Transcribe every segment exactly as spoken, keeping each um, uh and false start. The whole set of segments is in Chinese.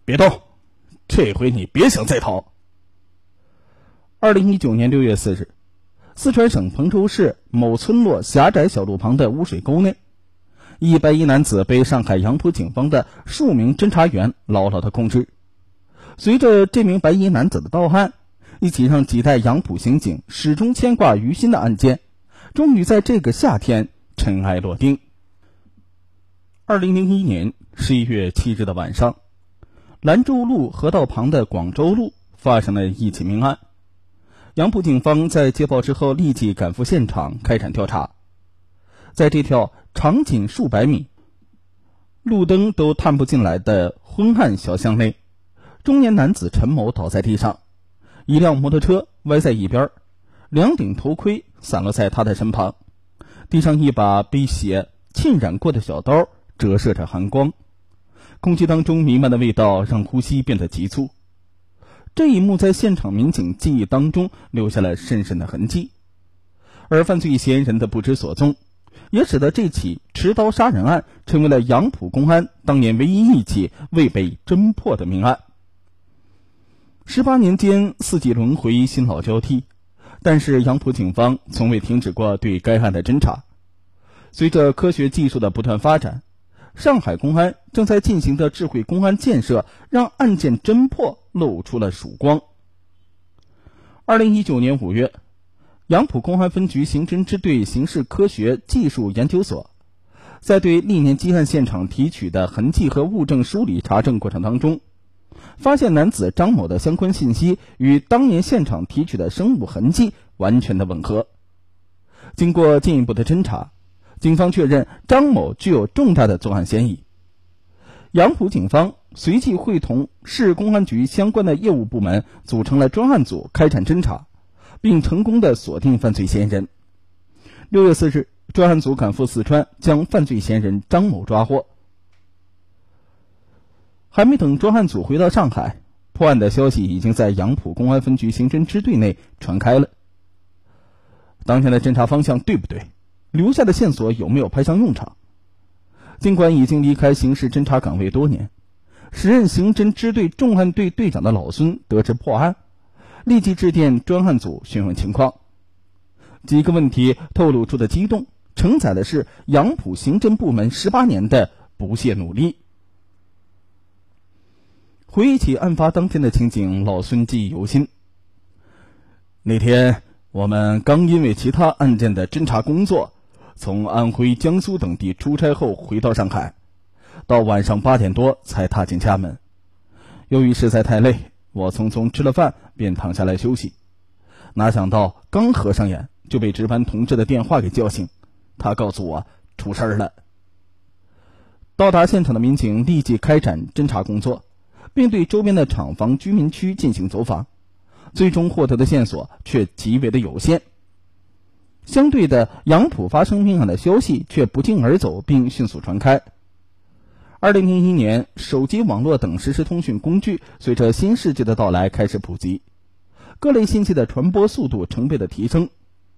别动，这回你别想再逃。二零一九年六月四日，四川省彭州市某村落狭窄小路旁的污水沟内，一白衣男子被上海杨浦警方的数名侦查员牢牢地控制。随着这名白衣男子的到案，一起让几代杨浦刑警始终牵挂于心的案件，终于在这个夏天尘埃落定。二零零一年十一月七日的晚上，兰州路河道旁的广州路发生了一起命案。杨浦警方在接报之后立即赶赴现场开展调查。在这条长仅数百米、路灯都探不进来的昏暗小巷内，中年男子陈某倒在地上，一辆摩托车歪在一边，两顶头盔散落在他的身旁，地上一把被血浸染过的小刀折射着寒光，空气当中弥漫的味道让呼吸变得急促。这一幕在现场民警记忆当中留下了深深的痕迹，而犯罪嫌疑人的不知所踪，也使得这起持刀杀人案成为了杨浦公安当年唯一一起未被侦破的命案。十八年间，四季轮回，新老交替，但是杨浦警方从未停止过对该案的侦查。随着科学技术的不断发展，上海公安正在进行的智慧公安建设让案件侦破露出了曙光。二零一九年五月，杨浦公安分局刑侦支队刑事科学技术研究所在对历年积案现场提取的痕迹和物证梳理查证过程当中，发现男子张某的相关信息与当年现场提取的生物痕迹完全的吻合。经过进一步的侦查，警方确认张某具有重大的作案嫌疑。杨浦警方随即会同市公安局相关的业务部门组成了专案组开展侦查，并成功的锁定犯罪嫌疑人。六月四日，专案组赶赴四川，将犯罪嫌疑人张某抓获。还没等专案组回到上海，破案的消息已经在杨浦公安分局刑侦支队内传开了。当前的侦查方向对不对？留下的线索有没有派上用场？尽管已经离开刑事侦查岗位多年，时任刑侦支队重案队队长的老孙得知破案，立即致电专案组询问情况。几个问题透露出的激动，承载的是杨浦刑侦部门十八年的不懈努力。回忆起案发当天的情景，老孙记忆犹新。那天我们刚因为其他案件的侦查工作从安徽、江苏等地出差后回到上海，到晚上八点多才踏进家门。由于实在太累，我匆匆吃了饭便躺下来休息，哪想到刚合上眼就被值班同志的电话给叫醒，他告诉我出事了。到达现场的民警立即开展侦查工作，并对周边的厂房、居民区进行走访，最终获得的线索却极为的有限。相对的，杨浦发生命案的消息却不胫而走，并迅速传开。二零零一年，手机、网络等实时通讯工具随着新世纪的到来开始普及，各类信息的传播速度成倍的提升。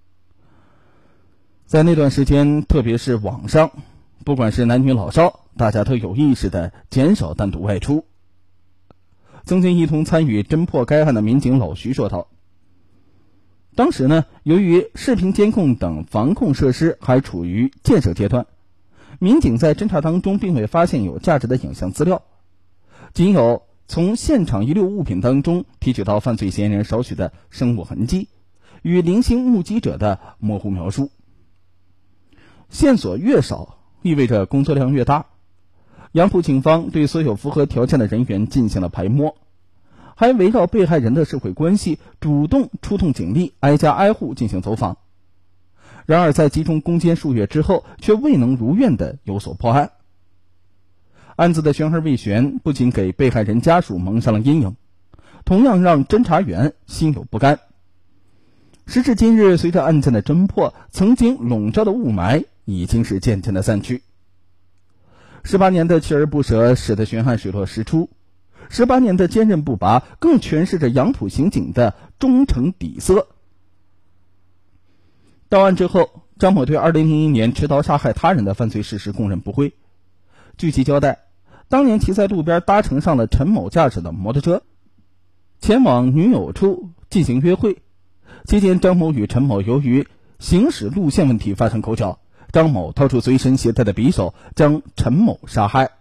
在那段时间，特别是网上，不管是男女老少，大家都有意识的减少单独外出。曾经一同参与侦破该案的民警老徐说道，当时呢，由于视频监控等防控设施还处于建设阶段，民警在侦查当中并未发现有价值的影像资料，仅有从现场遗留物品当中提取到犯罪嫌疑人少许的生物痕迹与零星目击者的模糊描述。线索越少，意味着工作量越大。杨浦警方对所有符合条件的人员进行了排摸，还围绕被害人的社会关系主动出动警力，挨家挨户进行走访。然而在集中攻坚数月之后，却未能如愿的有所破案。案子的悬而未悬，不仅给被害人家属蒙上了阴影，同样让侦查员心有不甘。时至今日，随着案件的侦破，曾经笼罩的雾霾已经是渐渐的散去。十八年的锲而不舍，使得悬案水落石出；十八年的坚韧不拔，更诠释着杨浦刑警的忠诚底色。到案之后，张某对二零零一年持刀杀害他人的犯罪事实供认不讳。据其交代， 当年其在路边搭乘上了陈某驾驶的摩托车，前往女友处进行约会。期间，张某与陈某由于行驶路线问题发生口角，张某掏出随身携带的匕首将陈某杀害。